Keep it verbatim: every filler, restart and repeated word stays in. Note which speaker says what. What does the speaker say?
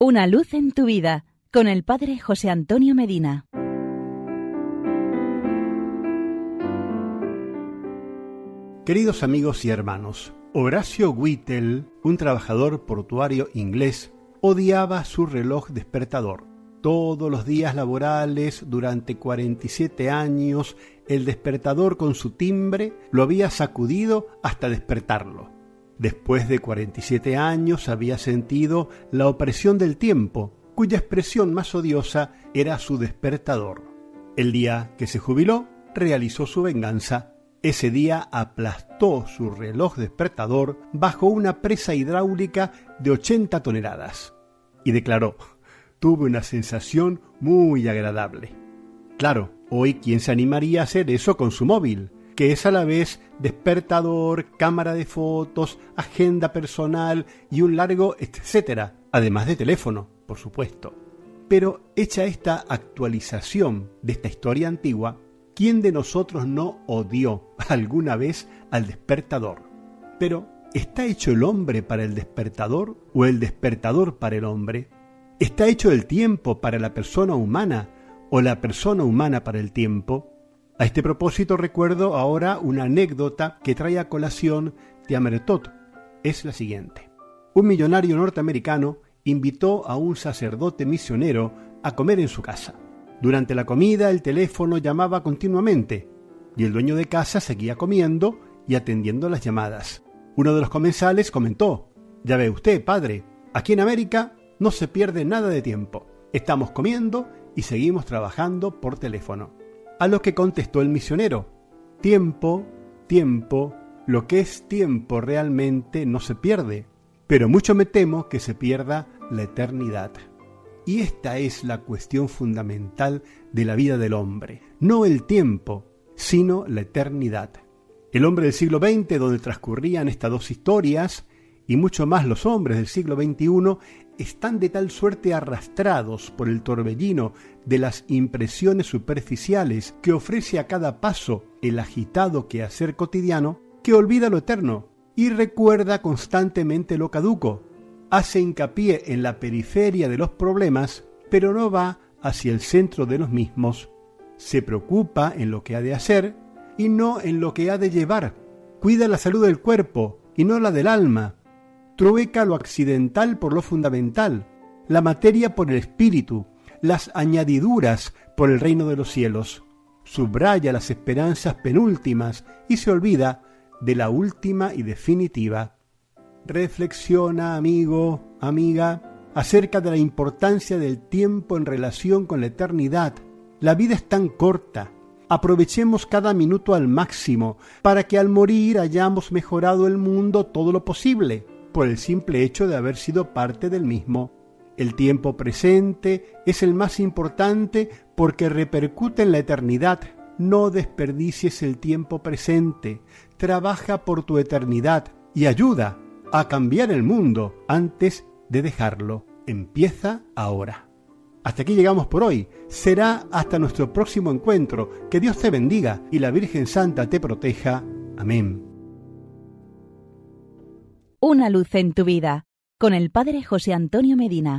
Speaker 1: Una luz en tu vida, con el Padre José Antonio Medina.
Speaker 2: Queridos amigos y hermanos, Horacio Whittle, un trabajador portuario inglés, odiaba su reloj despertador. Todos los días laborales, durante cuarenta y siete años, el despertador con su timbre lo había sacudido hasta despertarlo. Después de cuarenta y siete años había sentido la opresión del tiempo, cuya expresión más odiosa era su despertador. El día que se jubiló, realizó su venganza. Ese día aplastó su reloj despertador bajo una presa hidráulica de ochenta toneladas. Y declaró: tuve una sensación muy agradable. Claro, hoy ¿quién se animaría a hacer eso con su móvil? Que es a la vez despertador, cámara de fotos, agenda personal y un largo etcétera, además de teléfono, por supuesto. Pero hecha esta actualización de esta historia antigua, ¿quién de nosotros no odió alguna vez al despertador? Pero, ¿está hecho el hombre para el despertador o el despertador para el hombre? ¿Está hecho el tiempo para la persona humana o la persona humana para el tiempo? A este propósito recuerdo ahora una anécdota que trae a colación Tiamertot. Es la siguiente. Un millonario norteamericano invitó a un sacerdote misionero a comer en su casa. Durante la comida el teléfono llamaba continuamente y el dueño de casa seguía comiendo y atendiendo las llamadas. Uno de los comensales comentó: ya ve usted, padre, aquí en América no se pierde nada de tiempo. Estamos comiendo y seguimos trabajando por teléfono. A lo que contestó el misionero: tiempo, tiempo, lo que es tiempo realmente no se pierde, pero mucho me temo que se pierda la eternidad. Y esta es la cuestión fundamental de la vida del hombre, no el tiempo, sino la eternidad. El hombre del siglo veinte, donde transcurrían estas dos historias, y mucho más los hombres del siglo veintiuno, están de tal suerte arrastrados por el torbellino de las impresiones superficiales que ofrece a cada paso el agitado quehacer cotidiano, que olvida lo eterno y recuerda constantemente lo caduco. Hace hincapié en la periferia de los problemas, pero no va hacia el centro de los mismos. Se preocupa en lo que ha de hacer y no en lo que ha de llevar. Cuida la salud del cuerpo y no la del alma. Trueca lo accidental por lo fundamental, la materia por el espíritu, las añadiduras por el reino de los cielos. Subraya las esperanzas penúltimas y se olvida de la última y definitiva. Reflexiona, amigo, amiga, acerca de la importancia del tiempo en relación con la eternidad. La vida es tan corta. Aprovechemos cada minuto al máximo para que al morir hayamos mejorado el mundo todo lo posible, por el simple hecho de haber sido parte del mismo. El tiempo presente es el más importante porque repercute en la eternidad. No desperdicies el tiempo presente. Trabaja por tu eternidad y ayuda a cambiar el mundo antes de dejarlo. Empieza ahora. Hasta aquí llegamos por hoy. Será hasta nuestro próximo encuentro. Que Dios te bendiga y la Virgen Santa te proteja. Amén.
Speaker 1: Una luz en tu vida, con el Padre José Antonio Medina.